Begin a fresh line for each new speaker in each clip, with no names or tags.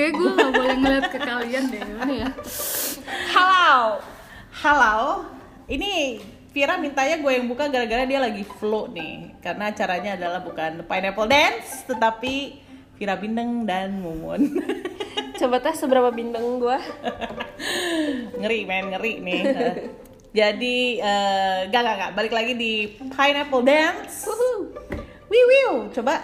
Kayak gue nggak boleh ngeliat ke kalian deh, gimana ya?
Halo. Ini Vira mintanya gue yang buka gara-gara dia lagi flu nih. Karena acaranya adalah bukan Pineapple Dance, tetapi Vira Bindeng dan Mumun.
Coba tes seberapa bindeng gue.
Ngeri nih. Jadi gak balik lagi di Pineapple Dance. Wiu, coba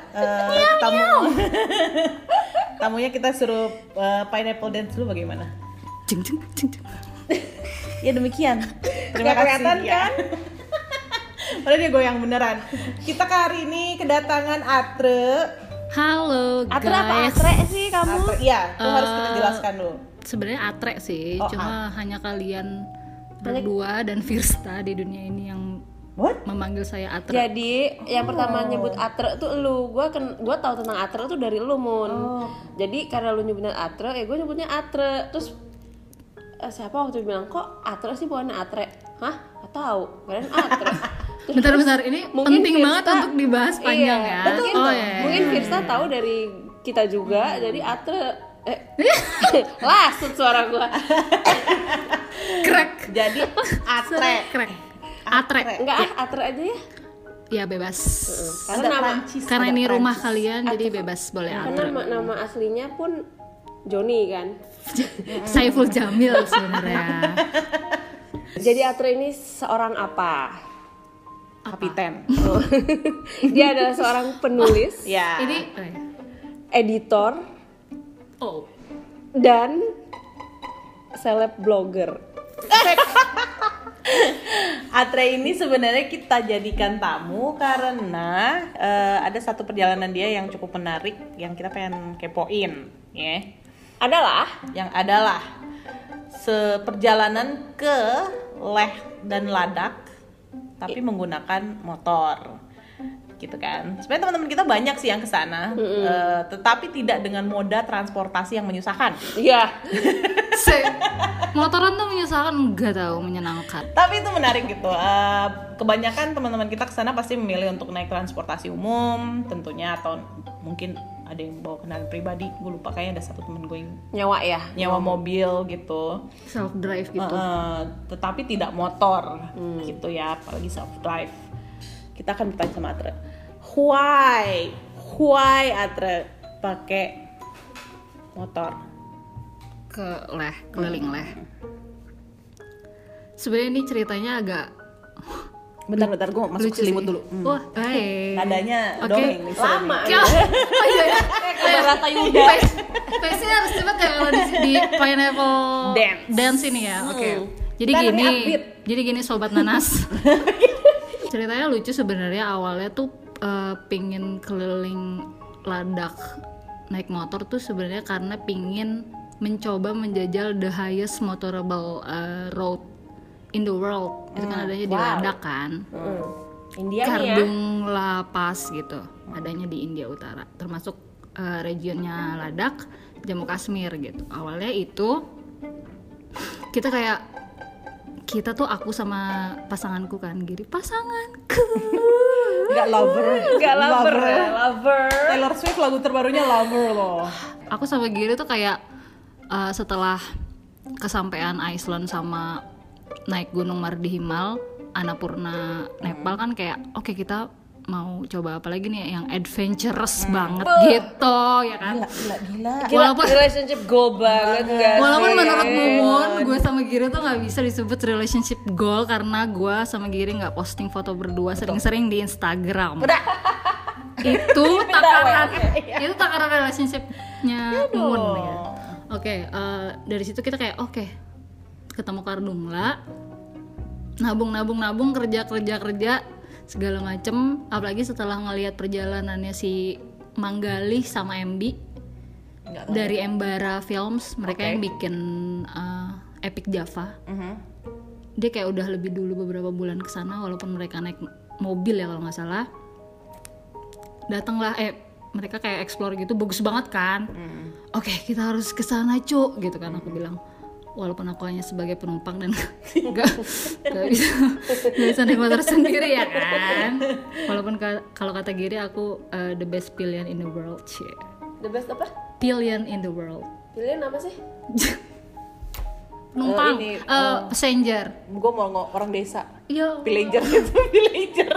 tamunya kita suruh Pineapple Dance dulu bagaimana?
Cing.
Ya demikian. Terima
Gak
kasih
kelihatan
ya.
kan?
Padahal dia goyang beneran. Kita hari ini kedatangan Atre.
Halo guys.
Atre apa atre sih kamu?
Atre, iya, itu harus kita jelaskan dulu.
Sebenarnya Atre sih, cuma hanya kalian berdua dan Firsta di dunia ini yang memanggil saya Atre.
Jadi yang pertama nyebut Atre tuh lu. Gua tahu tentang Atre tuh dari lu, Mun. Jadi karena lu nyebutnya Atre, gue nyebutnya Atre. Terus siapa waktu itu bilang, kok Atre sih bukan Atre? Hah? Gak tahu. Keren Atre.
Bentar, ini penting banget untuk dibahas panjang ya.
Mungkin Firsta tahu dari kita juga, jadi Atre lasut suara gua.
Krek.
Jadi Atre.
Krek. Atre.
Enggak Atre aja ya.
Ya bebas.
Karena
ini rumah kalian, jadi bebas boleh Atre.
Karena nama aslinya pun Joni kan.
Saiful Jamil sebenarnya.
Jadi Atre ini seorang apa?
Kapiten.
Dia adalah seorang penulis,
Ya.
Ini
editor, dan seleb blogger.
Atre ini sebenarnya kita jadikan tamu karena ada satu perjalanan dia yang cukup menarik yang kita pengen kepoin, ya. Yang adalah seperjalanan ke Leh dan Ladakh tapi menggunakan motor, gitu kan. Sebenarnya teman-teman kita banyak sih yang kesana, tetapi tidak dengan moda transportasi yang menyusahkan.
Iya.
Motoran tuh menyusahkan, enggak tahu, menyenangkan.
Tapi itu menarik gitu. Kebanyakan teman-teman kita kesana pasti memilih untuk naik transportasi umum, tentunya, atau mungkin ada yang bawa kendaraan pribadi. Gue lupa, kayaknya ada satu temen gue yang nyewa mobil gitu,
self drive gitu.
tetapi tidak motor, gitu ya, apalagi self drive. Kita akan bertanya sama Atre, why Atre pakai motor
Ke Leh, keliling Leh. Sebenarnya ini ceritanya agak
bentar gue masuk selimut dulu.
Wah, baik.
Nadanya
Oke.
dongeng nih,
Lama.
Oh iya ya.
Kayak Rata Yuda.
Pace-nya harus cepet ya kalau di Pineapple Dance ini ya. Oke. Jadi gini sobat nanas. Ceritanya lucu sebenarnya, awalnya tuh pingin keliling Ladakh naik motor tuh sebenarnya karena pingin mencoba menjajal the highest motorable road in the world. Itu kan adanya di Ladakh kan.
India
Kardung La Pass gitu. Adanya di India Utara. Termasuk regionnya Ladakh, Jammu Kashmir gitu. Awalnya itu kita tuh aku sama pasanganku kan, Giri, pasanganku.
Nggak lover.
Lover.
Taylor Swift lagu terbarunya Lover loh.
Aku sama Giri tuh kayak setelah kesampaian Iceland sama naik gunung Mardihimal, Annapurna, Nepal kan kayak oke, kita mau coba apa lagi nih yang adventurous banget gitu ya kan.
Gila.
Walaupun
relationship goal banget enggak sih?
Walaupun menurut Mumun, gue sama Giri tuh nggak bisa disebut relationship goal karena gue sama Giri nggak posting foto berdua sering-sering di Instagram. Itu takaran relationshipnya Mumun ya. Oke, dari situ kita kayak ketemu Kardungla, nabung kerja segala macem. Apalagi setelah ngelihat perjalanannya si Manggalih sama MB dari Embara Films, mereka yang bikin Epic Java. Dia kayak udah lebih dulu beberapa bulan kesana, walaupun mereka naik mobil ya kalau nggak salah. Datanglah mereka kayak explore gitu, bagus banget kan. Oke, kita harus kesana cuk gitu kan, aku bilang. Walaupun aku hanya sebagai penumpang dan nggak bisa naik motor sendiri ya kan. Walaupun kalau kata Giri aku the best pillion in the world.
The best apa?
Pillion in the world.
Pilihan apa sih?
Penumpang, passenger.
Gue mau orang desa.
Iya.
Villager gitu, villager.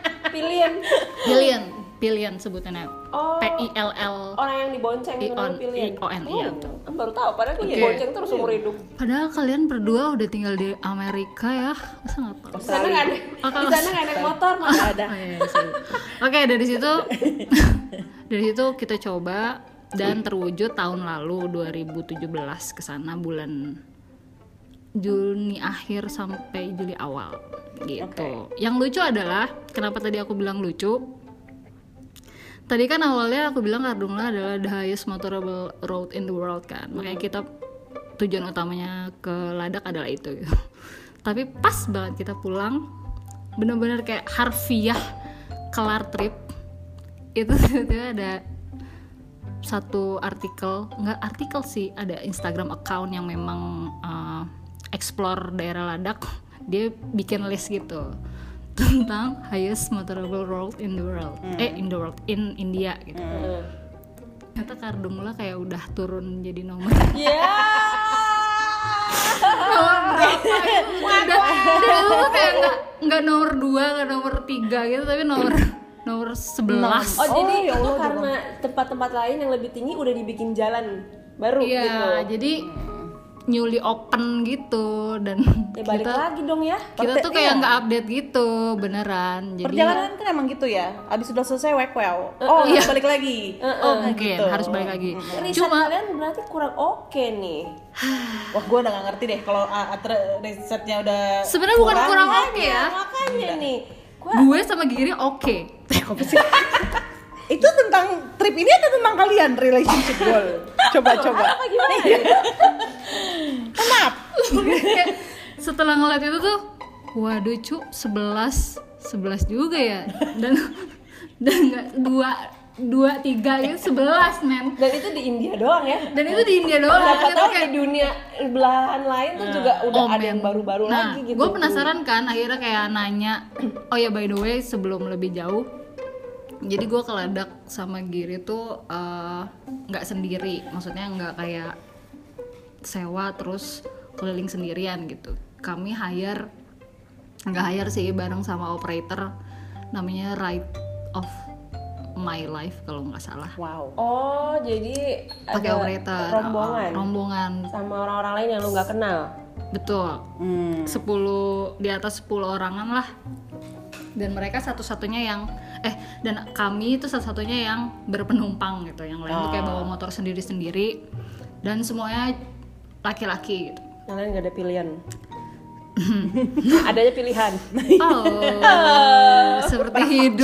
Pillion sebutannya.
Oh.
PILL.
Orang yang dibonceng itu namanya pilihan.
ION, iya betul.
Baru tahu, padahal gue dibonceng terus umur hidup.
Padahal kalian berdua udah tinggal di Amerika ya, masa nggak tahu?
Di sana nggak ada, di sana nggak ada motor, mah ada.
Oke, dari situ kita coba dan terwujud tahun lalu 2017 kesana bulan Juni akhir sampai Juli awal gitu. Yang lucu adalah kenapa tadi aku bilang lucu? Tadi kan awalnya aku bilang Kardungla adalah the highest motorable road in the world kan. Makanya kita tujuan utamanya ke Ladakh adalah itu gitu. Tapi pas banget kita pulang, benar-benar kayak harfiah kelar trip. Itu ada satu nggak artikel sih, ada Instagram account yang memang explore daerah Ladakh. Dia bikin list gitu tentang highest motorable road in the world, in India gitu. Ternyata Kardungla kayak udah turun jadi nomor. Udah itu tuh kayak nggak nomor 2, nggak nomor 3 gitu, tapi nomor 11.
Oh jadi itu karena tempat-tempat lain yang lebih tinggi udah dibikin jalan baru gitu.
Iya, jadi newly open gitu dan
ya balik lagi dong ya.
Kita tuh kayak nggak update gitu beneran. Jadi
perjalanan kan emang gitu ya. Abis udah selesai wow.
Iya.
Balik lagi.
Mungkin gitu. Harus balik lagi.
Cuma kalian berarti kurang oke nih.
Wah, gue udah nggak ngerti deh kalau risetnya udah.
Sebenarnya bukan kurang oke ya.
Makanya nih.
Gue sama Giri oke.
Apa sih? Itu tentang trip ini atau tentang kalian relationship goal? Coba.
Apa gimana?
Kenapa?
Setelah ngeliat itu tuh, waduh cu, 11 juga ya. Dan nggak 2, 3 itu 11 men.
Dan itu di India doang ya?
Dan itu di India doang.
Siapa tahu kayak di dunia belahan lain tuh juga udah ada yang baru-baru lagi gitu.
Gue penasaran kan, akhirnya kayak nanya, oh ya by the way sebelum lebih jauh, jadi gue ke Ladakh sama Giri tuh nggak sendiri, maksudnya nggak kayak sewa terus keliling sendirian gitu. Kami nggak hire sih, bareng sama operator namanya Ride of My Life kalau nggak salah.
Wow.
Oh jadi
pakai operator
rombongan sama orang-orang lain yang lu nggak kenal.
Betul. 10 di atas 10 orangan lah. Dan mereka satu-satunya yang dan kami itu satu-satunya yang berpenumpang gitu. Yang lain tuh kayak bawa motor sendiri-sendiri dan semuanya laki-laki gitu.
Yang lain nggak ada pilihan. Adanya pilihan.
Seperti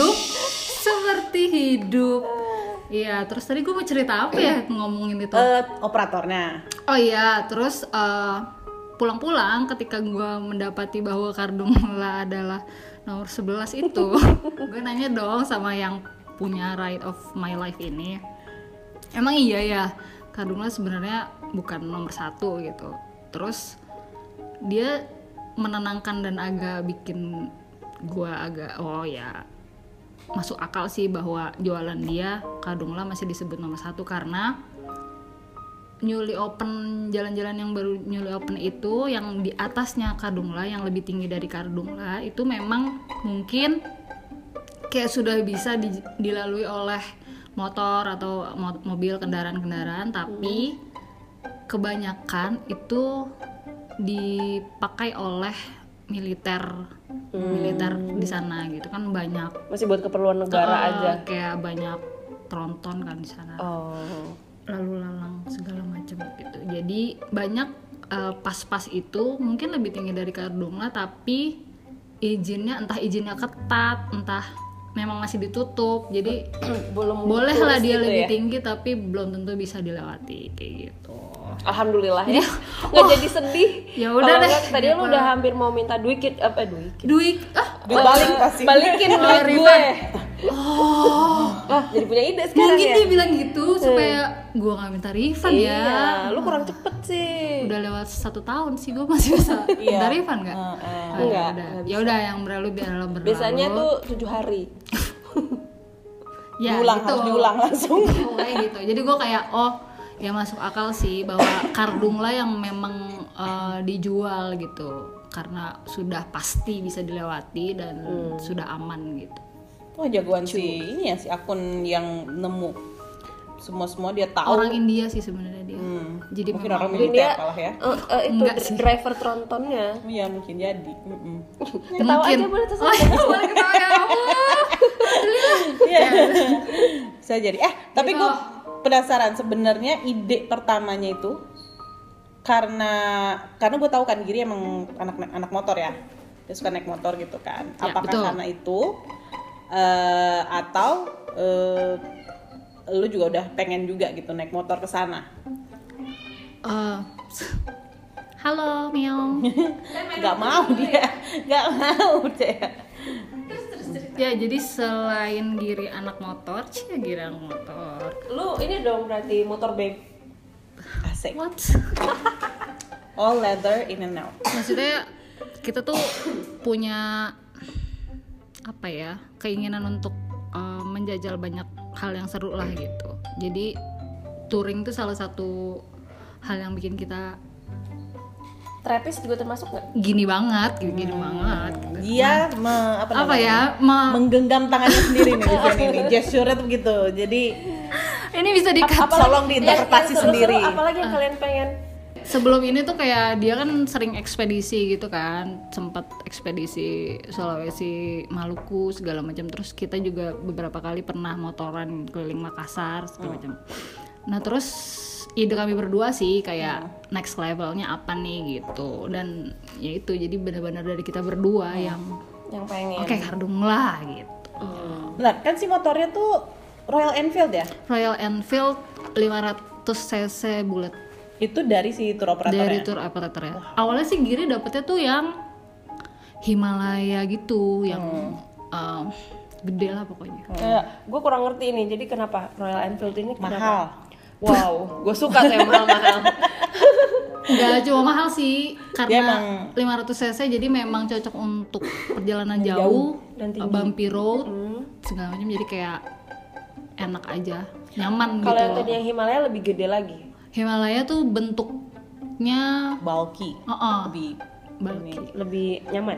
hidup. Iya, terus tadi gue mau cerita apa ya ngomongin itu?
Operatornya.
Oh iya, terus pulang-pulang ketika gue mendapati bahwa Kardungla adalah nomor 11 itu, gue nanya dong sama yang punya Ride of My Life ini, emang iya ya Kardungla sebenarnya bukan nomor 1 gitu. Terus dia menenangkan dan agak bikin gue agak masuk akal sih bahwa jualan dia Kardungla masih disebut nomor 1 karena newly open, jalan-jalan yang baru newly open itu yang di atasnya Kardungla, yang lebih tinggi dari Kardungla itu memang mungkin kayak sudah bisa dilalui oleh motor atau mobil, kendaraan-kendaraan, tapi kebanyakan itu dipakai oleh militer di sana gitu kan, banyak
masih buat keperluan negara aja,
kayak banyak tronton kan di sana. Lalu lalang segala macam gitu. Jadi banyak pas-pas itu mungkin lebih tinggi dari Kardungla, tapi entah izinnya ketat, entah memang masih ditutup. Jadi boleh lah dia
gitu
lebih
ya?
tinggi, tapi belum tentu bisa dilewati kayak gitu.
Alhamdulillah ya. Nggak jadi sedih.
Ya udah deh.
Tadi lu udah hampir mau minta duit balikin duit gue. Jadi punya ide sekarang.
Mungkin
ya?
dia bilang gitu supaya gue nggak minta refund ya.
Lu kurang cepet sih.
Udah lewat 1 tahun sih, gue masih bisa minta refund nggak?
Enggak.
Ya udah, yang berlalu biarlah berlalu.
Biasanya tuh 7 hari.
Ya,
diulang,
gitu.
harus diulang langsung.
Kayak gitu. Jadi gue kayak ya masuk akal sih bahwa kardung lah yang memang dijual gitu karena sudah pasti bisa dilewati dan sudah aman gitu.
Wah jagoan sih ini ya si akun yang nemu semua dia tahu.
Orang India sih sebenarnya dia. Jadi
mungkin
memang
orang militer apalah ya.
Itu driver trontonnya.
Iya mungkin jadi.
Ketawa
Mungkin.
aja boleh terus.
Boleh ketawa ya Allah.
Iya. Bisa jadi. Tapi gue penasaran sebenarnya ide pertamanya itu karena gue tahu kan Giri emang anak motor ya. Dia suka naik motor gitu kan.
Ya,
apakah
betul.
karena itu atau lu juga udah pengen juga gitu naik motor ke sana?
Halo Miong.
Gak mau dia.
Ya jadi selain Giri anak motor, Giri anak motor.
Lu ini dong berarti motor babe.
Asik.
What?
All leather in and out.
Maksudnya kita tuh punya apa ya, keinginan untuk menjajal banyak hal yang seru lah gitu. Jadi touring tuh salah satu hal yang bikin kita
Trappist juga termasuk nggak?
gini banget gitu.
Dia menggenggam tangannya sendiri nih di sini nih. Gesture-nya tuh gitu. Jadi
ini bisa di-cut.
tolong diinterpretasi sendiri.
Apalagi yang kalian pengen?
Sebelum ini tuh kayak dia kan sering ekspedisi gitu kan, sempat ekspedisi Sulawesi, Maluku segala macam. Terus kita juga beberapa kali pernah motoran keliling Makassar segala macam. Nah terus ide kami berdua sih kayak next levelnya apa nih gitu. Dan ya itu jadi benar-benar dari kita berdua yang
pengen.
Oke, kardung lah gitu.
Benar, kan si motornya tuh Royal Enfield ya?
Royal Enfield 500 cc bullet.
Itu dari si tour operatornya?
Dari tour operatornya. Awalnya sih Giri dapetnya tuh yang Himalaya gitu, yang gede lah pokoknya.
Gue kurang ngerti ini, jadi kenapa Royal Enfield ini kenapa?
Mahal.
Wow, gue suka tuh yang mahal-mahal.
Nggak cuma mahal sih,
Dia
karena 500 cc jadi memang cocok untuk perjalanan jauh
dan tinggi.
bumpy road, segala macam, jadi kayak enak aja, nyaman
Kalau
gitu
yang
loh.
tadi yang Himalaya lebih gede lagi.
Himalaya tuh bentuknya
Bulky. Lebih
bulky.
Lebih nyaman.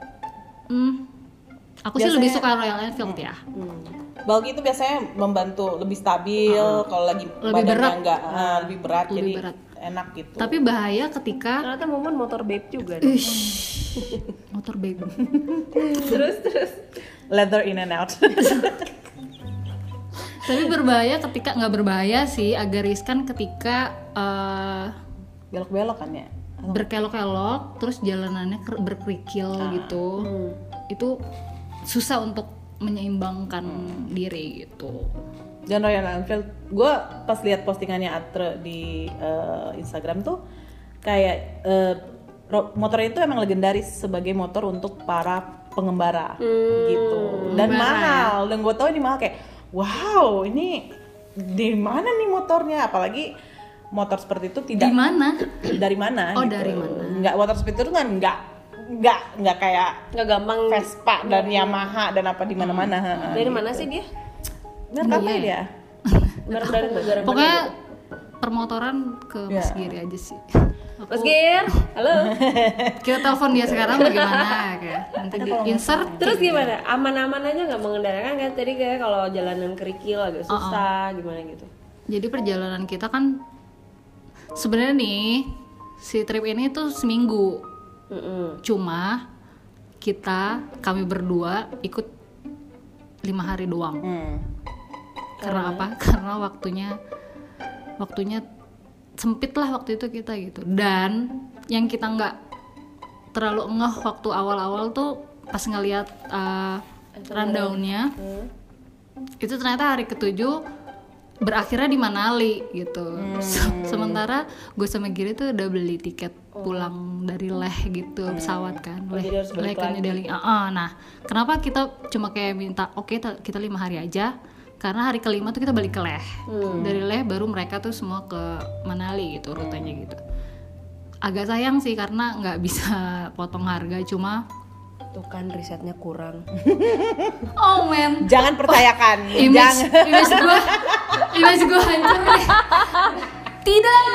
Aku sih lebih suka Royal Enfield ya.
Bulky itu biasanya membantu lebih stabil kalau lagi
Lebih
badannya
berat.
enggak lebih berat
Lebih
jadi
berat.
enak gitu.
Tapi bahaya ketika
Ternyata Momon motor babe juga.
motor baby.
terus.
Leather in and out.
Tapi berbahaya ketika, nggak berbahaya sih, agak riskan ketika
Belok-belok kan ya?
berkelok-kelok terus jalanannya berkerikil gitu. Itu susah untuk menyeimbangkan diri gitu.
Dan Royal Enfield, gue pas lihat postingannya Atre di Instagram tuh kayak motor itu emang legendaris sebagai motor untuk para pengembara gitu. Dan
Pengembara,
mahal. Dan gue tau ini mahal kayak wow ini di mana nih motornya? Apalagi motor seperti itu tidak
Di mana?
dari mana?
Oh,
gitu.
dari mana?
Nggak, motor seperti itu kan nggak kayak
Nggak gampang.
Vespa dan Yamaha dan apa di mana-mana.
Dari mana sih dia?
Merek apa ya dia?
Merek dari negara mana?
Pokoknya permotoran ke Mas
Ya.
Giri aja sih.
Mas Gir, halo.
Kita telepon dia sekarang bagaimana kayak nanti di insert.
Terus gimana? Aman-aman aja nggak mengendarakan kan? Tadi kayak kalau jalanan kerikil agak susah, gimana gitu.
Jadi perjalanan kita kan sebenarnya nih si trip ini tuh seminggu. Cuma kami berdua ikut 5 hari doang. Karena apa? Karena waktunya sempit lah waktu itu kita gitu. Dan yang kita nggak terlalu ngeh waktu awal-awal tuh pas ngelihat rundown-nya, itu ternyata hari ke-7 berakhirnya di Manali gitu. Sementara gue sama Giri tuh udah beli tiket pulang dari Leh gitu, pesawat kan.
jadi harus balik
Leh ke New Delhi. Nah, kenapa kita cuma kayak minta oke, kita 5 hari aja? Karena hari ke-5 tuh kita balik ke Leh. Dari Leh baru mereka tuh semua ke Manali gitu rutenya gitu. Agak sayang sih karena nggak bisa potong harga, cuma
Tuh kan risetnya kurang.
oh man,
Jangan percayakan.
image
Jangan.
gue hancur nih. Tidak.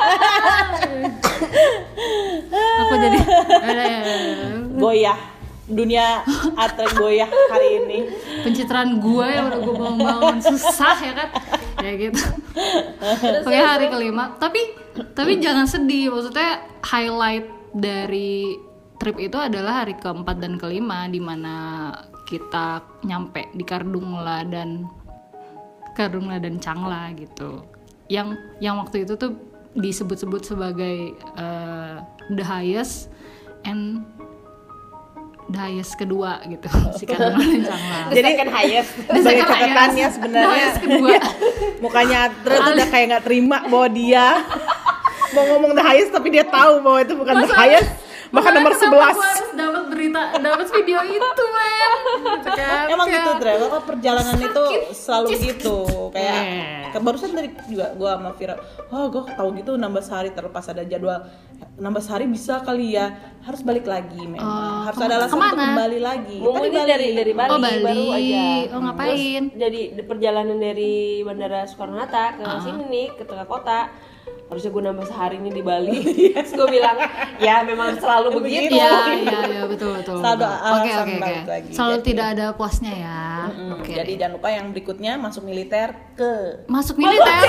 Aku jadi
goyah. Dunia Atre goyah hari ini.
Pencitraan gue yang udah gue bangun susah ya kan. Ya gitu. Oke, hari kelima. Tapi jangan sedih. Maksudnya highlight dari trip itu adalah hari keempat dan kelima, di mana kita nyampe di Kardungla dan Changla gitu. Yang waktu itu tuh disebut-sebut sebagai the highest kedua gitu. Si Kardungla dan Changla.
Jadi kan highest.
Sebagai catatannya sebenarnya mukanya Atre tuh udah kayak nggak terima bahwa dia mau ngomong the highest tapi dia tahu bahwa itu bukan the highest. Bahkan nomor 11.
Gue harus dapat video itu, men. Gitu kan.
Emang gitu, Dre. Kalau perjalanan itu selalu gitu. Kayak barusan tadi juga gue sama Vira, gue tahu gitu nambah sehari, terlepas ada jadwal nambah sehari bisa kali ya, harus balik lagi memang. Harus ada alasan untuk kembali lagi.
Tadi dari Bali,
Bali
baru aja.
Ngapain?
Terus jadi perjalanan dari Bandara Soekarno-Hatta ke sini nih, ke tengah kota. Harusnya gue nambah sehari ini di Bali. Terus gue bilang, ya memang selalu begitu.
Iya, betul.
Selalu alasan balik lagi.
Selalu
jadi,
tidak ada puasnya ya.
Jadi jangan lupa yang berikutnya masuk militer.
Masuk militer?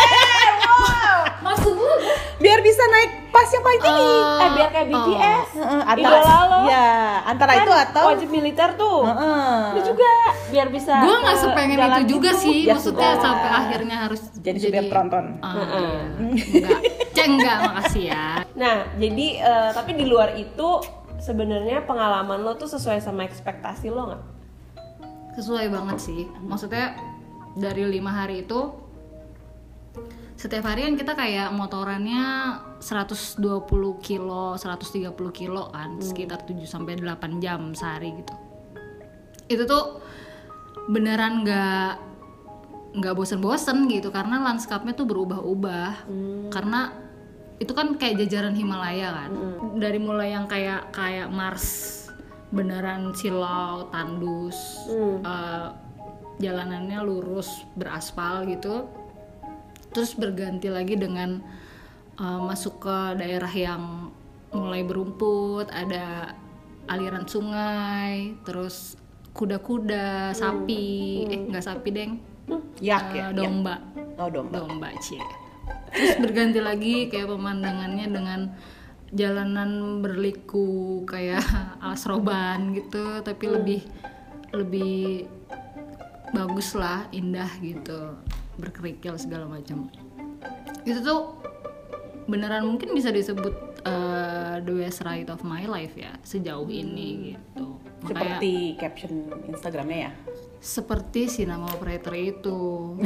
Masuk
biar bisa naik pas yang paling tinggi.
Biar kayak BTS.
Idola lo. Ya, antara
kan
itu atau
wajib militer tuh. Itu juga biar bisa.
Gue nggak sepengen itu juga sih.
Ya
maksudnya
sudah.
sampai akhirnya harus
jadi supir tronton.
Enggak, makasih ya.
Nah, jadi tapi di luar itu sebenarnya pengalaman lo tuh sesuai sama ekspektasi lo nggak?
Sesuai banget sih. Maksudnya dari 5 hari itu setiap hari kan kita kayak motorannya 120 kilo, 130 kilo kan, sekitar 7-8 jam sehari gitu. Itu tuh beneran nggak bosen-bosen gitu, karena lanskapnya tuh berubah-ubah. Karena itu kan kayak jajaran Himalaya kan. Dari mulai yang kayak Mars, beneran silau, tandus, jalanannya lurus, beraspal gitu. Terus berganti lagi dengan masuk ke daerah yang mulai berumput, ada aliran sungai, terus kuda-kuda, sapi, nggak sapi deng, domba. Domba cie. Terus berganti lagi kayak pemandangannya dengan jalanan berliku kayak alas roban gitu, tapi lebih bagus lah, indah gitu, berkerikil segala macam. Itu tuh beneran mungkin bisa disebut the best ride of my life ya sejauh ini gitu.
Seperti caption Instagramnya ya.
Seperti si nama operator itu.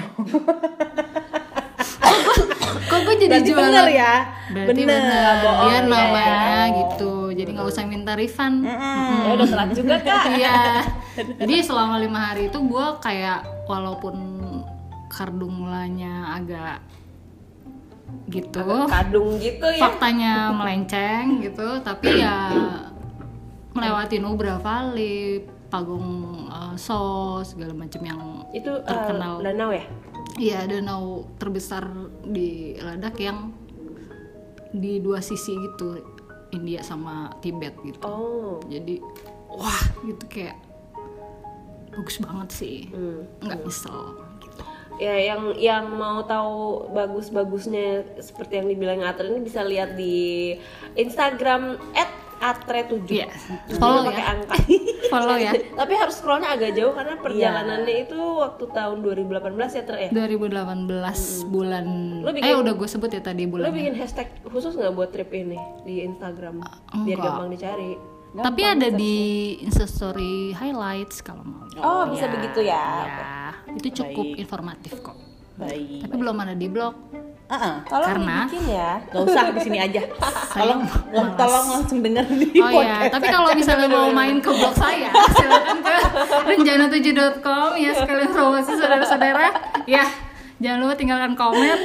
Kok gue jadi
berarti
jualan
bener ya?
Berarti bener. Dia namanya gitu. Jadi nggak usah minta refund.
Ya udah telat juga Kak.
Iya. Jadi selama 5 hari itu gue kayak walaupun Kardunglanya agak gitu,
kadung gitu ya.
faktanya melenceng gitu, tapi ya melewati Nubra Valley, Pagong Sos, segala macam yang
itu
terkenal.
danau ya?
Iya, danau terbesar di Ladakh yang di 2 sisi gitu, India sama Tibet gitu. Jadi wah gitu kayak bagus banget sih, nggak nyesel gitu.
Ya yang mau tahu bagus-bagusnya seperti yang dibilang Atre ini bisa lihat di Instagram @atre7.
Iya. Follow
pakai
ya.
angka.
Follow ya.
Tapi harus scrollnya agak jauh karena perjalanannya itu waktu tahun 2018 ya Tre ya.
2018 bulan.
Bikin,
udah gue sebut ya tadi bulan.
Lo bikin hashtag khusus nggak buat trip ini di Instagram biar gampang dicari?
Tapi ada di Instastory highlights kalau mau.
Bisa begitu ya.
Ya, itu cukup informatif kok.
Baik.
Tapi belum ada di blog.
Tolong
Karena
dibikin ya.
Gak usah di sini aja. Tolong langsung denger di
Oh
podcast.
ya, tapi kalau misalnya mau main ke blog saya, silakan ke renjana7.com ya, sekalian promosi saudara-saudara. Ya, jangan lupa tinggalkan komen.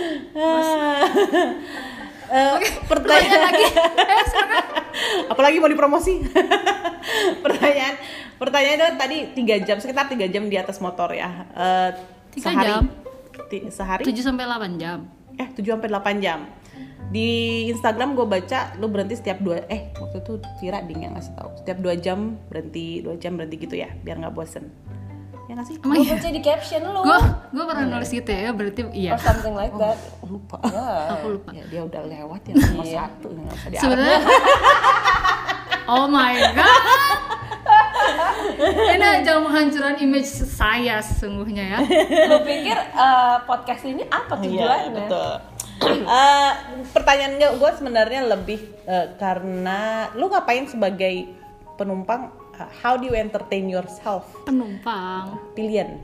Pertanyaan lagi.
Apalagi mau dipromosi. Pertanyaan tadi 3 jam, sekitar 3 jam di atas motor ya.
3 jam.
Sehari
7-8 jam.
sampai 8 jam. Di Instagram gue baca lu berhenti setiap waktu itu Tira ding yang ngasih tahu setiap 2 jam berhenti gitu ya biar nggak bosen. Ya nggak sih?
Gue baca di caption lu.
Gue pernah nulis gitu ya, berarti iya.
Or something like that.
Lupa.
Aku lupa.
Ya, dia udah lewat ya nomor 1 nggak usah diarep.
Sebenarnya oh my god. Ini ajang penghancuran image saya sesungguhnya ya.
Lu pikir podcast ini apa tujuannya?
Iya, betul. Pertanyaan gue sebenarnya lebih karena lu ngapain sebagai penumpang? How do you entertain yourself?
Penumpang.
Pilihan.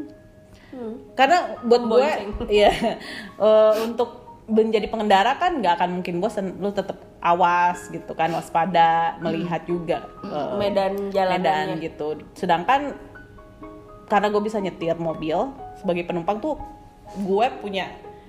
Karena buat gue, ya untuk menjadi pengendara kan nggak akan mungkin bosan. Lu tetap awas gitu kan, waspada, melihat juga
medan jalanannya
gitu. Sedangkan karena gue bisa nyetir mobil sebagai penumpang tuh gue punya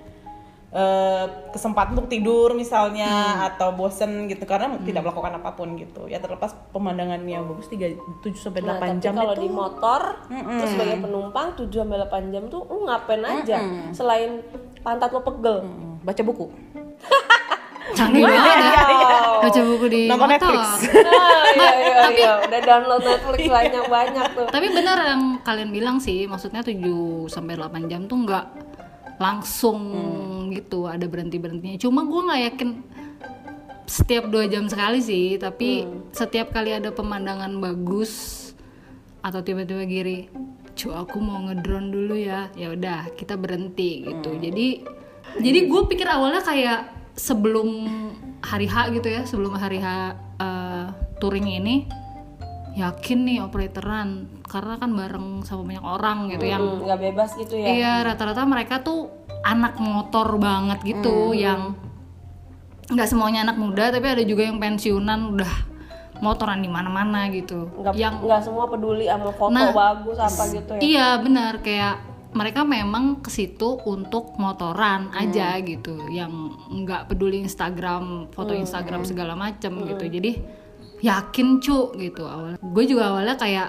kesempatan untuk tidur misalnya atau bosen gitu karena tidak melakukan apapun gitu ya, terlepas pemandangannya bagus 7-8 jam
kalau
itu.
di motor terus sebagai penumpang 7-8 jam tuh lu ngapain aja selain pantat lo pegel?
Baca buku.
Canggih banget ya. Baca buku di
nonton
motor.
Netflix.
Iya, udah download Netflix banyak tuh.
Tapi benar yang kalian bilang sih, maksudnya 7-8 jam tuh nggak langsung gitu, ada berhentinya. Cuma gue nggak yakin setiap 2 jam sekali sih, tapi setiap kali ada pemandangan bagus atau tiba-tiba gini, aku mau ngedrone dulu ya udah kita berhenti gitu. Jadi gue pikir awalnya kayak sebelum hari H gitu ya, sebelum hari H touring ini, yakin nih operatoran karena kan bareng sama banyak orang gitu yang
nggak bebas gitu ya.
Iya, rata-rata mereka tuh anak motor banget gitu, yang nggak semuanya anak muda, tapi ada juga yang pensiunan udah motoran di mana-mana gitu.
Nggak semua peduli sama foto bagus apa gitu ya.
Iya benar, kayak mereka memang ke situ untuk motoran aja gitu, yang nggak peduli Instagram, foto Instagram segala macem gitu. Jadi yakin gitu awalnya. Gue juga awalnya kayak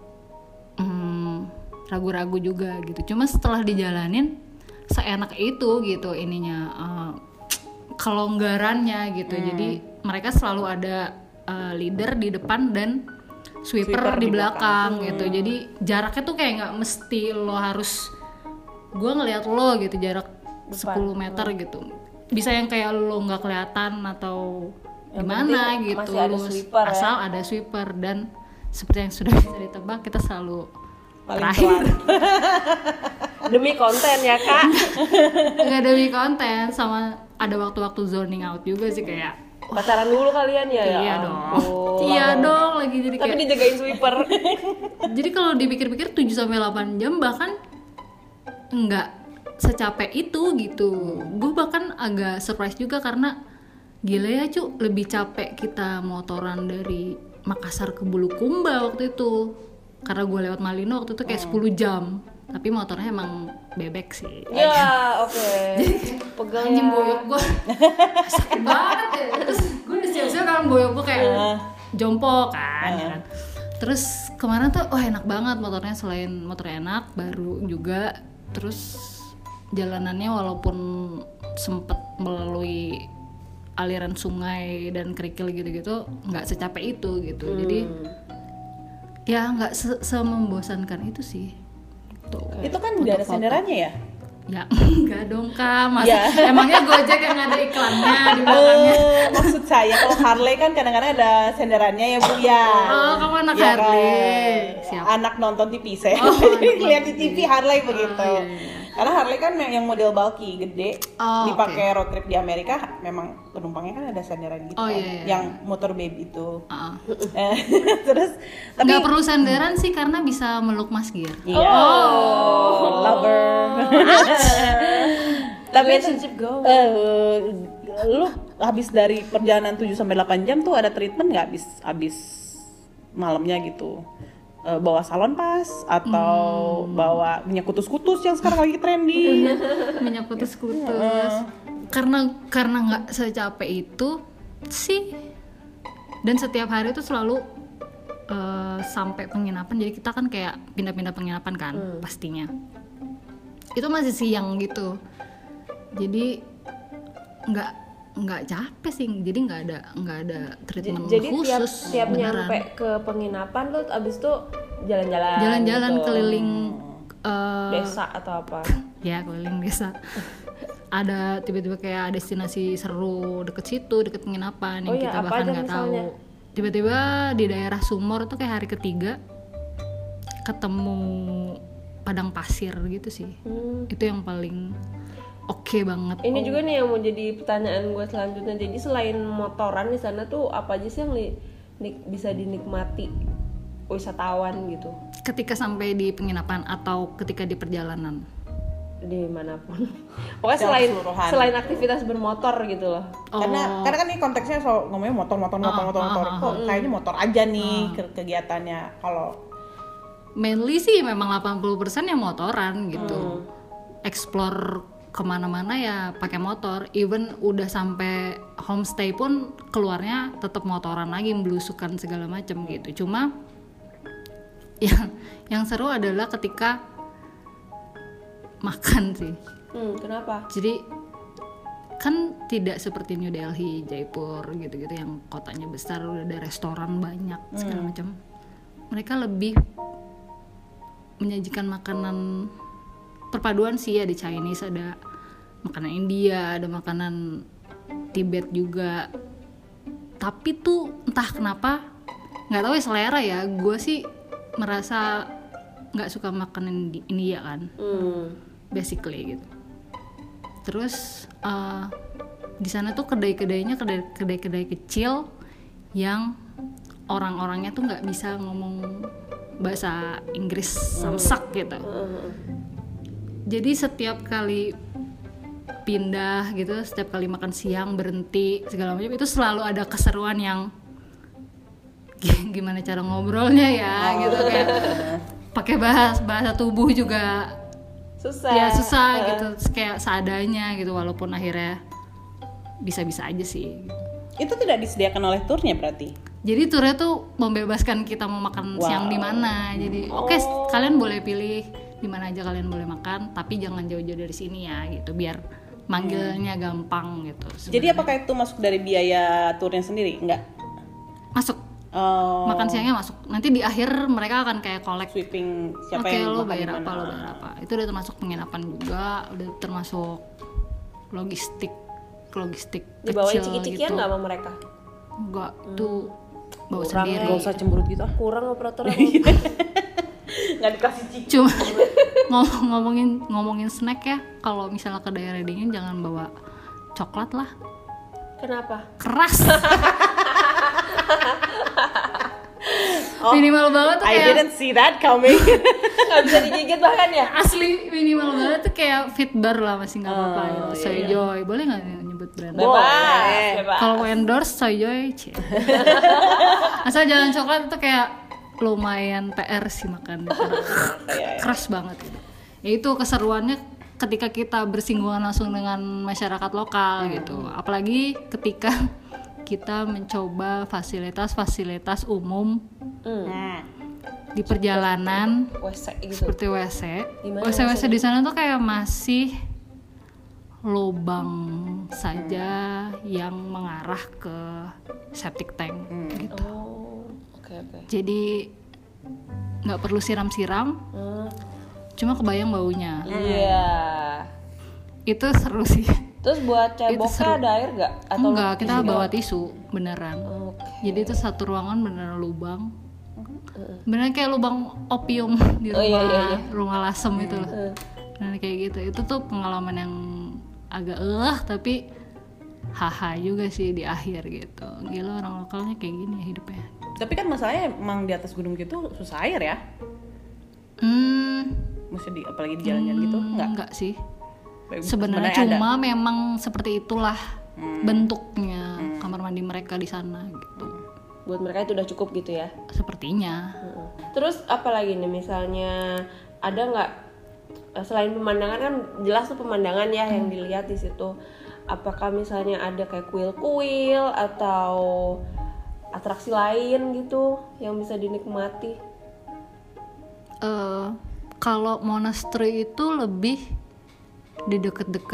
ragu-ragu juga gitu. Cuma setelah dijalanin seenak itu gitu ininya, kelonggarannya gitu. Jadi mereka selalu ada leader di depan dan sweeper di belakang gitu. Jadi jaraknya tuh kayak nggak mesti lo harus, gue ngeliat lo gitu jarak 10 meter gitu. Bisa yang kayak lo nggak kelihatan atau gimana gitu, asal ada sweeper. Dan seperti yang sudah bisa ditebak, kita selalu
paling
terakhir.
Demi konten ya kak.
Nggak demi konten, sama ada waktu-waktu zoning out juga sih, kayak
pacaran dulu kalian ya.
Iya dong. Iya dong lagi, jadi
tapi
kayak
dijagain sweeper.
Jadi kalau dipikir-pikir 7-8 jam bahkan nggak secapek itu gitu. Gue bahkan agak surprise juga karena gila ya lebih capek kita motoran dari Makassar ke Bulukumba waktu itu, karena gue lewat Malino waktu itu kayak 10 jam, tapi motornya emang bebek sih.
Ya oke. Pegang
anjing boyok gue sakit banget ya. Terus gue udah siap-siap kan, boyok gue kayak jompo kan ya kan. Terus kemarin tuh enak banget motornya, selain motornya enak, baru juga. Terus jalanannya walaupun sempet melalui aliran sungai dan kerikil gitu-gitu, nggak secapek itu gitu. Jadi ya nggak semembosankan itu sih.
Itu kan nggak ada senderannya ya?
Ya enggak dong kak, emangnya Gojek yang ada iklannya di belakangnya?
Maksud saya kalau Harley kan kadang-kadang ada senderannya ya Bu ya.
Oh kamu anak
ya
Harley.
Kan?
Siap.
Anak nonton TV saya, lihat di TV Harley begitu. Iya. Karena Harley kan yang model bulky, gede, dipakai road trip di Amerika, memang penumpangnya kan ada senderan gitu, yang motor baby itu. Terus tapi
nggak perlu senderan sih karena bisa meluk Mas Gear.
Iya. Lover. Tapi
relationship go.
Lu habis dari perjalanan 7-8 jam tuh ada treatment nggak habis malamnya gitu? Bawa salon pas atau bawa minyak kutus-kutus yang sekarang lagi trendy.
Minyak kutus-kutus. Karena nggak secapek itu sih. Dan setiap hari itu selalu sampai penginapan. Jadi kita kan kayak pindah-pindah penginapan kan pastinya. Itu masih siang gitu. Jadi nggak capek sih, jadi nggak ada treatment
jadi
khusus.
tiap nyampe ke penginapan lo abis itu jalan-jalan gitu.
Keliling
desa atau apa
ya, keliling desa. Ada tiba-tiba kayak destinasi seru deket situ, deket penginapan yang kita bahkan nggak tahu. Tiba-tiba di daerah Sumur tuh kayak hari ketiga ketemu padang pasir gitu sih. Itu yang paling oke banget.
Ini juga nih yang mau jadi pertanyaan gue selanjutnya. Jadi selain motoran di sana tuh apa aja sih yang bisa dinikmati wisatawan gitu?
Ketika sampai di penginapan atau ketika di perjalanan?
Dimanapun. Pokoknya selain aktivitas bermotor gitu loh.
Karena kan ini konteksnya soal ngomongnya motor. Kok kayaknya motor aja nih kegiatannya. Kalau
mainly sih memang 80% ya motoran gitu. Explore kemana-mana ya pakai motor. Even udah sampai homestay pun keluarnya tetap motoran lagi, belusukan segala macam gitu. Cuma yang seru adalah ketika makan sih.
Kenapa?
Jadi kan tidak seperti New Delhi, Jaipur gitu-gitu yang kotanya besar, udah ada restoran banyak segala macam. Mereka lebih menyajikan makanan perpaduan sih, ada Chinese, ada makanan India, ada makanan Tibet juga. Tapi tuh entah kenapa, nggak tahu ya selera ya. Gue sih merasa nggak suka makanan India kan. Basically gitu. Terus di sana tuh kedai-kedainya kedai-kedai kecil yang orang-orangnya tuh nggak bisa ngomong bahasa Inggris samsak gitu. Jadi setiap kali pindah gitu, setiap kali makan siang berhenti segala macam itu selalu ada keseruan yang gimana cara ngobrolnya ya gitu, kayak pakai bahasa tubuh juga susah gitu, kayak seadanya gitu, walaupun akhirnya bisa-bisa aja sih.
Itu tidak disediakan oleh turnya berarti?
Jadi turnya tuh membebaskan kita mau makan siang di mana. Jadi oke, kalian boleh pilih di mana aja kalian boleh makan, tapi jangan jauh-jauh dari sini ya gitu, biar manggilnya gampang gitu sebenarnya.
Jadi apakah itu masuk dari biaya turnya sendiri? Enggak?
Masuk. Makan siangnya masuk. Nanti di akhir mereka akan kayak collect
sweeping siapa yang
lo bayar apa. Itu udah termasuk penginapan juga, udah termasuk logistik
dibawain
kecil
ciki-cikian
gitu.
nggak sama mereka?
Enggak, tuh bawa sendiri.
Gak usah cemberut gitu.
Kurang operatornya.
Nggak dikasih ciki.
Cuma ngomongin snack ya, kalau misalnya ke daerah dingin jangan bawa coklat lah.
Kenapa?
Keras. Minimal banget tuh
I
kayak
didn't see that coming.
Nggak bisa digigit bahkan ya?
asli minimal banget tuh kayak Fitbar lah, masih nggak apa-apa gitu. Soyjoy, boleh nggak nyebut brand?
Bebas.
Kalau mau endorse Soyjoy, asal jangan coklat tuh kayak lumayan PR sih makan. Keras banget gitu. Ya itu keseruannya ketika kita bersinggungan langsung dengan masyarakat lokal gitu. Apalagi ketika kita mencoba fasilitas umum di perjalanan,
WC gitu.
seperti WC. WC di sana tuh kayak masih lubang saja yang mengarah ke septic tank gitu.
Oke.
Jadi nggak perlu siram-siram, cuma kebayang baunya.
Iya.
Itu seru sih.
Terus buat ceboknya ada air nggak? Atau
enggak, kita bawa tisu beneran.
Okay.
Jadi itu satu ruangan beneran lubang. Beneran kayak lubang opium di rumah, rumah lasem itu loh. Beneran kayak gitu. Itu tuh pengalaman yang agak tapi haha juga sih di akhir gitu. Gila, orang lokalnya kayak gini ya hidupnya.
Tapi kan masalahnya emang di atas gunung gitu susah air ya? Maksudnya apalagi di jalan-jalan gitu? Enggak
sih. Sebenarnya cuma memang seperti itulah bentuknya kamar mandi mereka di sana gitu.
Buat mereka itu udah cukup gitu ya?
Sepertinya.
Terus apa lagi nih, misalnya ada nggak, selain pemandangan kan jelas tuh pemandangan ya yang dilihat di situ. Apakah misalnya ada kayak kuil-kuil atau atraksi lain gitu yang bisa dinikmati?
Kalau monastery itu lebih di deket-deket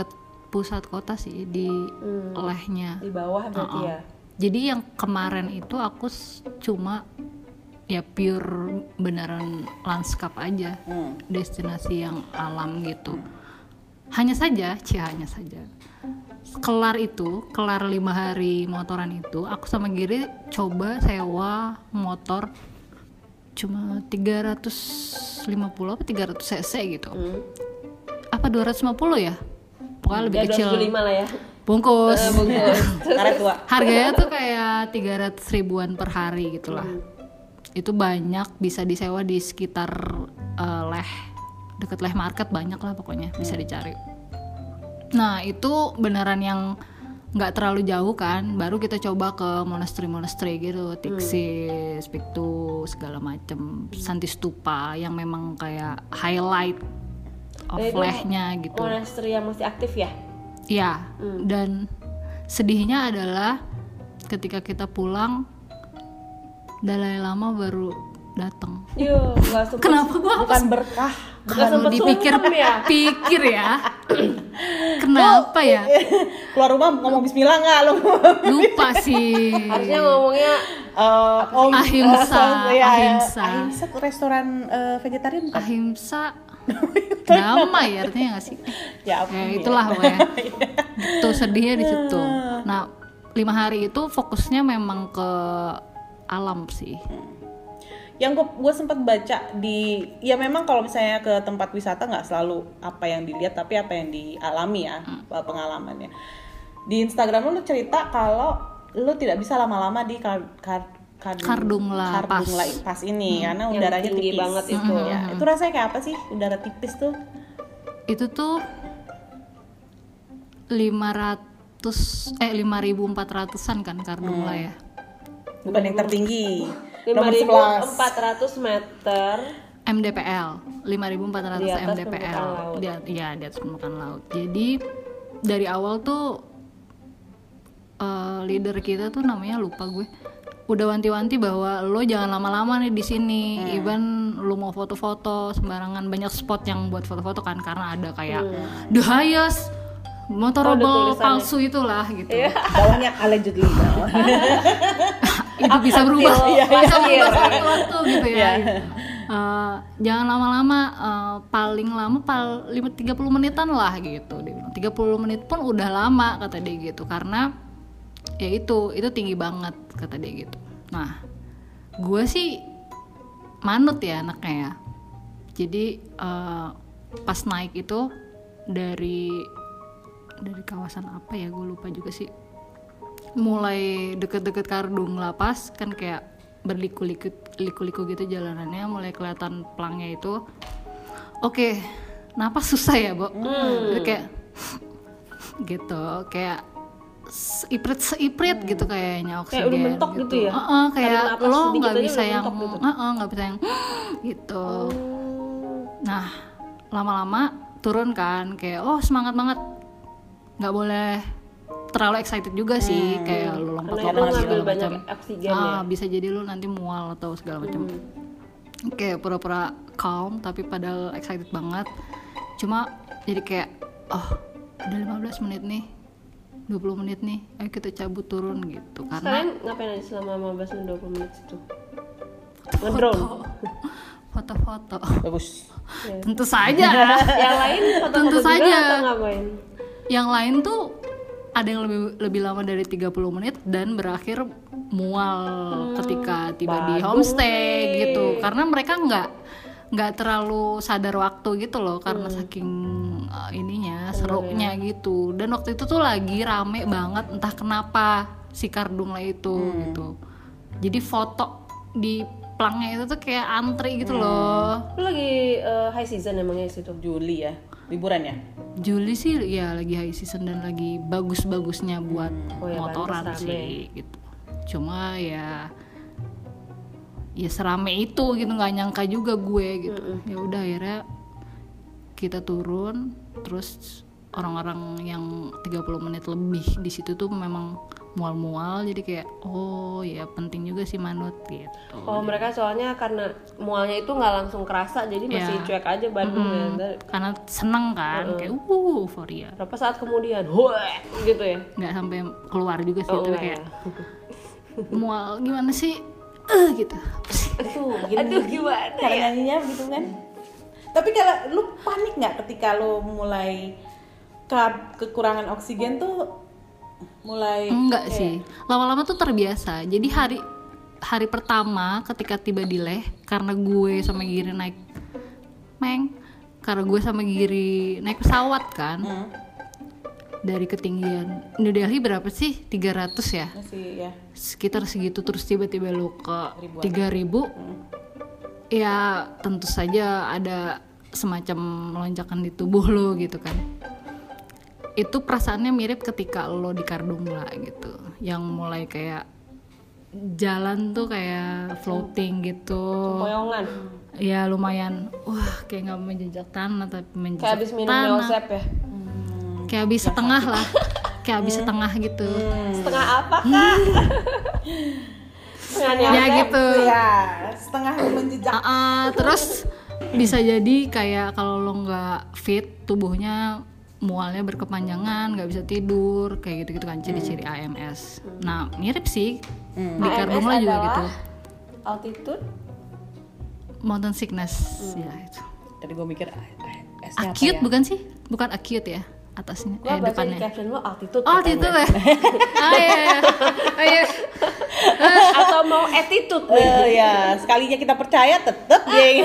pusat kota sih, di lehnya.
Di bawah berarti ya.
Jadi yang kemarin itu aku cuma ya pure beneran landscape aja, destinasi yang alam gitu. Hanya saja kelar 5 hari motoran itu, aku sama Giri coba sewa motor cuma 350 apa 300 cc gitu. Apa 250 ya? Pokoknya lebih kecil.
275 lah ya.
Bungkus.
Karet tua.
Harganya tuh kayak 300 ribuan per hari gitulah. Itu banyak, bisa disewa di sekitar deket Leh Market, banyak lah pokoknya bisa dicari. Nah itu beneran yang nggak terlalu jauh kan, baru kita coba ke monasteri gitu, Tixis, Pictu, segala macem, Santi Stupa yang memang kayak highlight of Lehnya gitu.
Monasteri yang masih aktif ya?
Iya, dan sedihnya adalah ketika kita pulang Dalai Lama baru datang. Kenapa gua
bukan berkah?
Kalau dipikir-pikir ya, kenapa ya?
Keluar rumah ngomong Bismillah nggak lo?
Lupa sih.
Harusnya ngomongnya
Ahimsa.
Ahimsa restoran vegetarian bukan?
Ahimsa. Damai artinya nggak sih?
Ya
itulah pokoknya. Gitu sedihnya di situ. Nah 5 hari itu fokusnya memang ke alam sih.
Yang gue sempat baca ya memang kalau misalnya ke tempat wisata nggak selalu apa yang dilihat tapi apa yang dialami ya, pengalamannya. Di Instagram lu cerita kalau lu tidak bisa lama-lama di Kardungla pas ini karena udaranya
tinggi
tipis
banget itu.
Ya, itu rasanya kayak apa sih udara tipis tuh?
Itu tuh 5.400-an kan Kardungla ya.
Bukan yang tertinggi.
5.400 meter
MDPL, 5.400 MDPL di atas permukaan laut. Jadi dari awal tuh leader kita tuh namanya lupa gue, udah wanti-wanti bahwa lo jangan lama-lama nih di sini. Even lo mau foto-foto sembarangan, banyak spot yang buat foto-foto kan, karena ada kayak the highest motorable palsu itulah gitu.
Bawahnya allegedly.
Itu bisa berubah, waktu gitu ya. Jangan lama-lama, paling lama 30 menitan lah gitu. Dia bilang 30 menit pun udah lama kata dia gitu, karena ya itu tinggi banget kata dia gitu. Nah, gue sih manut ya anaknya ya. Jadi pas naik itu dari kawasan apa ya, gue lupa juga sih. Mulai deket-deket Kardungla pas kan kayak berliku-liku gitu jalanannya, mulai kelihatan pelangnya itu. Oke, napas susah ya, Bo. Kayak gitu, kayak seiprit gitu kayaknya oksigen.
Kayak udah mentok gitu ya.
Kayak lo nggak bisa yang gitu. Nah, lama-lama turun kan, kayak semangat banget. Nggak boleh terlalu excited juga sih, kayak lu lompat-lompat segala macam. Bisa jadi lu nanti mual atau segala macam. Kayak pura-pura calm tapi padahal excited banget. Cuma jadi kayak udah 15 menit nih, 20 menit nih, ayo kita cabut turun gitu. Karena
kalian ngapain aja selama 15 menit 20 menit itu? Ngedrone.
Foto-foto.
Bagus.
Tentu saja.
Yang lain foto-foto juga atau ngapain?
Yang lain tuh ada yang lebih lama dari 30 menit dan berakhir mual ketika tiba di homestay gitu, karena mereka nggak terlalu sadar waktu gitu loh, karena saking serunya gitu. Dan waktu itu tuh lagi rame banget, entah kenapa si Kardungla itu gitu. Jadi foto di plangnya itu tuh kayak antri gitu loh.
Lu lagi high season emangnya situ?
Juli ya, liburan ya?
Juli sih ya lagi high season dan lagi bagus-bagusnya buat motoran sih gitu. Cuma ya serame itu gitu, nggak nyangka juga gue gitu. Ya udah akhirnya kita turun, terus orang-orang yang 30 menit lebih di situ tuh memang mual-mual, jadi kayak oh ya penting juga sih manut gitu.
Mereka soalnya karena mualnya itu nggak langsung kerasa, jadi masih cuek aja badannya.
Karena seneng kan, kayak euforia.
Berapa saat kemudian, gitu ya?
Nggak sampai keluar juga sih, tapi kayak mual gimana sih, gitu.
Aduh gimana
cara
ya?
nyanyinya begitu kan. Tapi kalau lu panik nggak ketika lu mulai kekurangan oksigen tuh mulai?
Enggak sih, lama-lama tuh terbiasa. Jadi hari pertama ketika tiba di Leh, karena gue sama Giri naik pesawat kan, dari ketinggian New Delhi berapa sih, 300 ya?
Masih ya.
Sekitar segitu, terus tiba-tiba lu ke 3000. Ya tentu saja ada semacam lonjakan di tubuh lo gitu kan. Itu perasaannya mirip ketika lo di Kardungla gitu, yang mulai kayak jalan tuh kayak floating gitu,
Poyongan.
ya lumayan, kayak nggak menjejak tanah tapi menjejak
Kayak abis minum
tanah,
Neosep ya?
kayak abis setengah lah, kayak abis setengah gitu,
Setengah apa kak? Setengah
ya
Neosep?
gitu.
Ya, setengah menjejak.
Terus bisa jadi kayak kalau lo nggak fit tubuhnya, mualnya berkepanjangan, nggak bisa tidur, kayak gitu-gitu kan, ciri-ciri AMS. Nah mirip sih di Kardungla juga gitu.
Altitude?
Mountain sickness, ya itu.
Tadi gue mikir S-nya apa
Acute
ya?
bukan sih? Bukan acute ya atasnya,
Gua baca di
depannya.
caption lo altitude.
Oh itu ya. Iya.
Atau mau attitude nih?
Ya, sekalinya kita percaya tetep geng.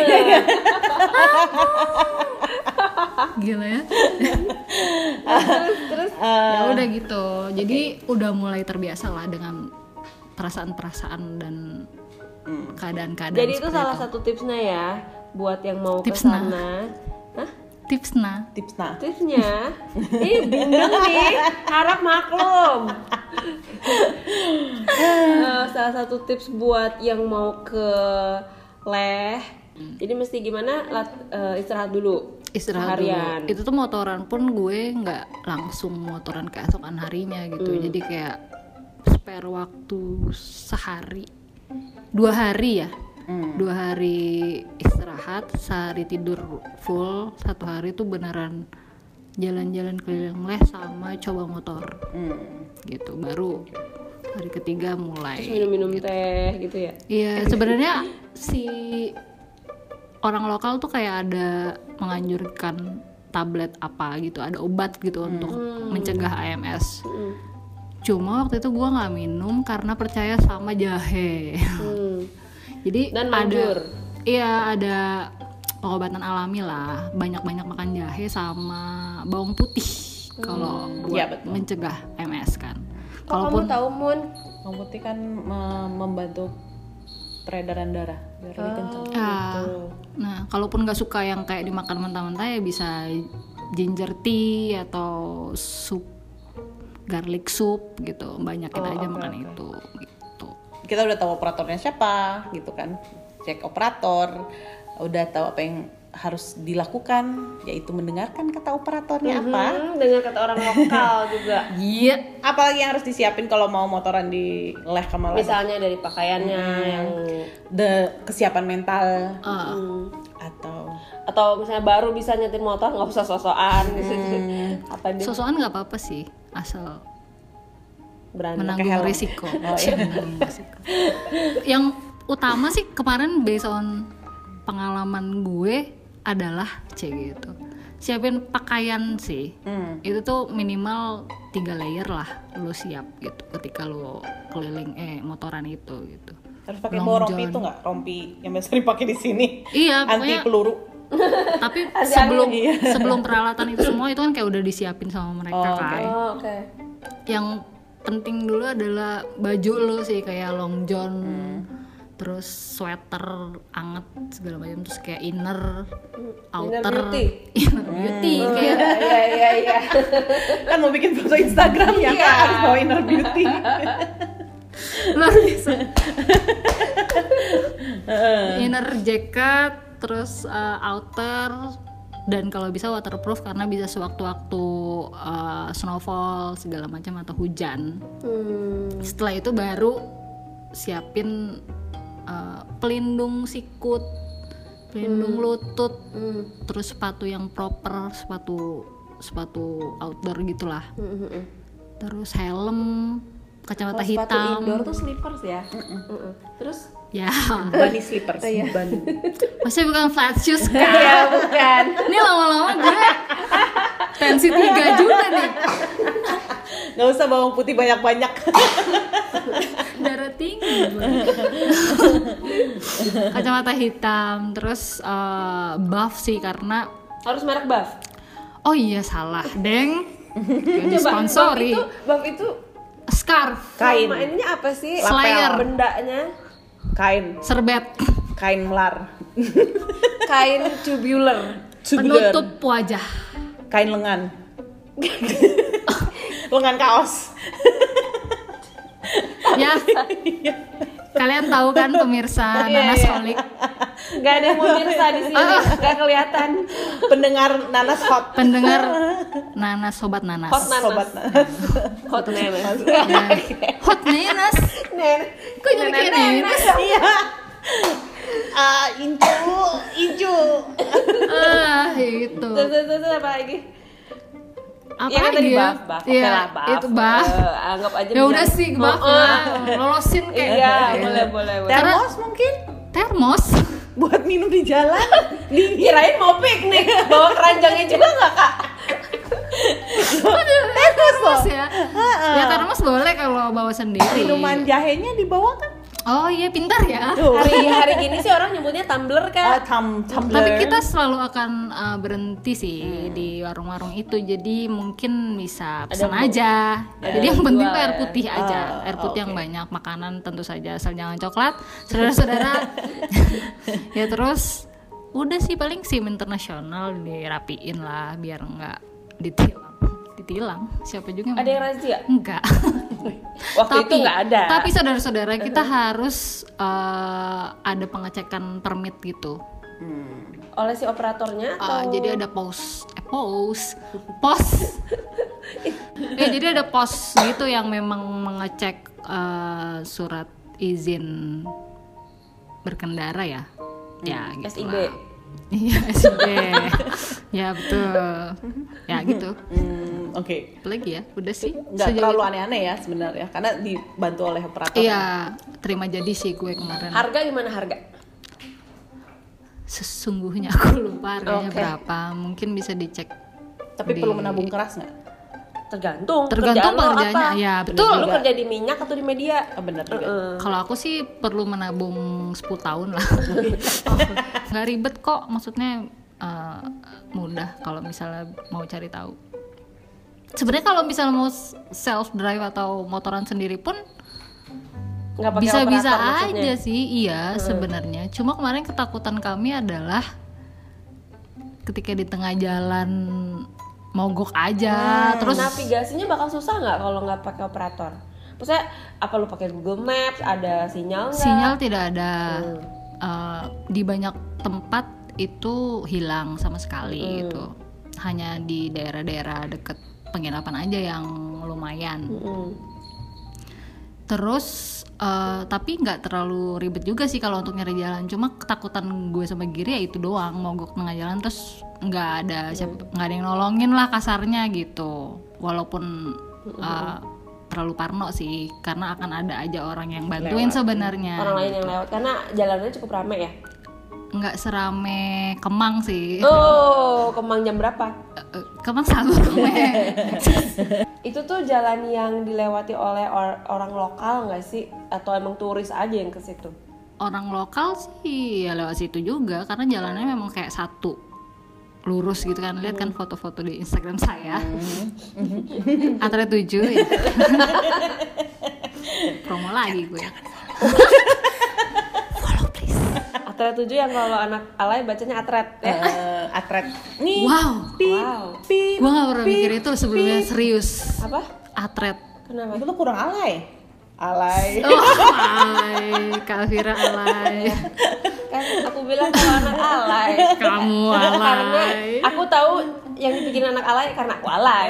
Gila ya.
Terus
Ya udah gitu. Jadi udah mulai terbiasa lah dengan perasaan-perasaan dan keadaan-keadaan.
jadi itu
seperti
salah satu tipsnya ya buat yang mau ke
Tipsnya.
sana. Hah?
tipsnya.
Tipsnya? Bingung nih, harap maklum. Salah satu tips buat yang mau ke Leh, jadi mesti gimana? Istirahat dulu.
Istirahat
seharian.
dulu. Itu tuh motoran pun gue nggak langsung motoran keesokan harinya gitu. Jadi kayak spare waktu sehari, 2 hari ya. 2 hari istirahat, sehari tidur full, 1 hari tuh beneran jalan-jalan keliling Leh sama coba motor. Gitu. Baru hari ketiga mulai.
Terus minum-minum teh gitu ya.
Iya, sebenarnya si orang lokal tuh kayak ada menganjurkan tablet apa gitu, ada obat gitu untuk mencegah AMS. Cuma waktu itu gue nggak minum karena percaya sama jahe. Jadi
Dan manjur.
ada pengobatan alami lah, banyak-banyak makan jahe sama bawang putih kalau buat mencegah AMS kan.
Kamu tahu Mun?
Bawang putih kan membantu peredaran darah biar lebih kencang.
Nah, kalaupun nggak suka yang kayak dimakan mentah-mentah ya bisa ginger tea atau sup, garlic soup gitu, banyakin aja makan itu gitu.
Kita udah tahu operatornya siapa gitu kan, cek operator, udah tahu apa yang harus dilakukan, yaitu mendengarkan kata operatornya apa.
Dengan kata orang lokal juga.
Iya.
Apalagi yang harus disiapin kalau mau motoran di Leh Kamalaba?
Misalnya dari pakaiannya yang
kesiapan mental
atau misalnya baru bisa nyetir motor, nggak usah sosokan gitu. Apa dia
Sosokan nggak apa-apa sih, asal
berani.
menanggung risiko. Menanggung risiko. Yang utama sih kemarin based on pengalaman gue adalah gitu. Siapin pakaian sih. Itu tuh minimal 3 layer lah lo siap gitu ketika lo keliling motoran itu gitu.
Harus pakai bawa rompi itu nggak? Rompi yang biasa dipakai di sini.
Iya,
anti peluru.
Tapi sebelum peralatan itu semua itu kan kayak udah disiapin sama mereka kan.
Oke.
Yang penting dulu adalah baju lo sih, kayak long john, terus sweater anget segala macam, terus kayak inner outer, inner beauty kayak
Iya.
Kan mau bikin foto Instagram ya kan harus bawa inner beauty.
luar biasa. Inner jacket, terus outer, dan kalau bisa waterproof karena bisa sewaktu-waktu snowfall segala macam atau hujan. Setelah itu baru siapin pelindung sikut, pelindung lutut, terus sepatu yang proper, sepatu outdoor gitulah. Terus helm, kacamata hitam.
Sepatu indoor tuh slippers ya. Terus
ya
bunny slippers. Bunny.
Maksudnya bukan flat shoes kan?
ya bukan.
Ini lama-lama gue tensi 3 juga nih.
Nggak usah bawang putih banyak-banyak.
Darah tinggi gue. Kacamata hitam, terus buff sih karena
Harus merek buff.
oh iya salah, deng. Yang disponsori.
Buff itu
Scarf,
Kain.
nama ininya apa sih?
Slayer.
Bendanya.
Kain
serbet,
kain melar,
Kain tubular.
penutup wajah.
kain lengan. Lengan kaos.
Ya, kalian tahu kan pemirsa Nanas Holik,
Gak ada yang mau mirsa di sini. Gak kelihatan.
Pendengar Nanas hot.
pendengar Nanas, sobat Nanas.
Hot Nanas.
Sobat Nanas.
Hot Nanas.
Ya. Hot Nanas. Kok jadi kayak Nanas?
Iya. Incu.
Gitu.
Terus apa lagi?
Apa
Ya kan
lagi
tadi
ya?
buff. Oke
Iya,
lah, buff.
itu buff.
Anggap aja
Ya udah sih, buff lah. Lolosin kayak.
Iya,
gitu.
boleh.
Termos mungkin
Termos.
buat minum di jalan.
Kirain mau piknik, bawa keranjangnya juga nggak kak?
Termos ya. Ya termos boleh kalau bawa sendiri.
Minuman jahenya dibawa kan?
Oh iya, pintar ya.
Hari gini sih orang nyebutnya tumbler kak.
Tumbler.
Tapi kita selalu akan berhenti sih di warung-warung itu, jadi mungkin bisa pesan aja. Jadi yang penting tuh air putih aja, air putih yang banyak, makanan tentu saja asal jangan coklat, saudara-saudara. Ya terus udah sih paling SIM internasional dirapiin lah biar nggak ditilang. Siapa juga yang
Ada yang razia?
enggak.
Waktu itu nggak ada.
Tapi saudara-saudara kita harus ada pengecekan permit gitu.
Oleh si operatornya atau?
Jadi ada pos. Ya jadi ada pos gitu yang memang mengecek surat izin berkendara ya. Ya gitu.
SIB.
lah. Iya SIB. Ya betul. Ya gitu.
Oke.
Apalagi ya, udah sih.
Nggak terlalu aneh-aneh ya sebenarnya, karena dibantu oleh operator.
Iya, terima jadi sih gue kemarin.
Harga gimana harga?
Sesungguhnya aku lupa harganya berapa. Mungkin bisa dicek.
Tapi perlu menabung keras nggak?
Tergantung
Tergantung
kerjaan lo
pekerjaannya.
apa.
Ya, betul.
Lo kerja di minyak atau di media?
Benar juga.
Kalau aku sih perlu menabung 10 tahun lah. Nggak ribet kok, maksudnya mudah kalau misalnya mau cari tahu. Sebenarnya kalau misalnya mau self drive atau motoran sendiri pun
Nggak pakai
bisa-bisa
operator maksudnya?
aja sih, iya sebenarnya. Cuma kemarin ketakutan kami adalah ketika di tengah jalan mogok aja, terus
navigasinya bakal susah nggak kalau nggak pakai operator? Maksudnya apa lu pakai Google Maps, ada sinyal nggak?
sinyal tidak ada. Di banyak tempat itu hilang sama sekali gitu. Hanya di daerah-daerah deket penginapan aja yang lumayan. Terus tapi nggak terlalu ribet juga sih kalau untuk nyari jalan. Cuma ketakutan gue sama Giri ya itu doang, mogok tengah jalan terus nggak ada yang nolongin lah kasarnya gitu. Walaupun terlalu parno sih, karena akan ada aja orang yang bantuin sebenarnya.
Orang lain yang lewat karena jalannya cukup rame ya.
Nggak serame Kemang sih.
Oh, Kemang jam berapa?
Kemang selalu rame.
Itu tuh jalan yang dilewati oleh orang lokal nggak sih? Atau emang turis aja yang ke situ?
Orang lokal sih ya lewat situ juga, karena jalannya memang kayak satu lurus gitu kan. Lihat kan foto-foto di Instagram saya. Atre 7 ya. Promo lagi gue. Follow please.
Atret 7 yang kalau anak alay bacanya atret ya.
Atret. Nih.
Wow.
Pip.
Gue gak pernah mikir itu sebelumnya, serius.
Apa?
Atret.
Kenapa?
Itu tuh kurang alay.
Oh, alay. Kak Vira alay.
kan aku bilang kalau anak alay.
Kamu
Karena
alay.
aku tahu yang dibikin anak alay karena aku alay.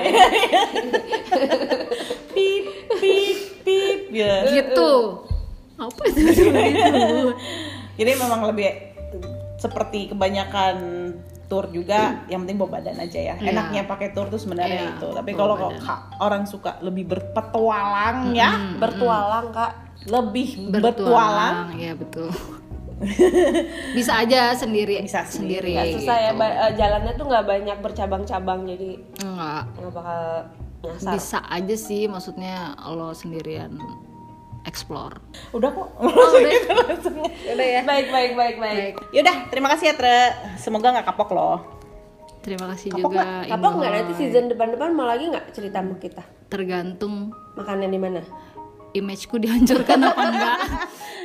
Pip pip pip ya.
Gitu. Apa itu gitu?
Jadi memang lebih seperti kebanyakan tour juga, yang penting bawa badan aja ya. Enaknya pakai tour tuh sebenarnya itu. Tapi kalau orang suka lebih berpetualang ya,
Bertualang Kak.
lebih bertualang.
Ya betul. Bisa aja sendiri.
Bisa sendiri.
Nggak susah ya, jalannya tuh nggak banyak bercabang-cabang jadi
Enggak.
nggak bakal nyasar.
Bisa aja sih, maksudnya lo sendirian explore.
Udah kok.
Udah ya. Baik.
Yaudah, terima kasih ya Tre. Semoga nggak kapok loh.
Terima kasih
Kapok
juga.
Kapok nggak
Inoy.
nanti season depan mau lagi nggak cerita sama kita?
Tergantung
Makannya di mana?
imageku dihancurkan apa enggak.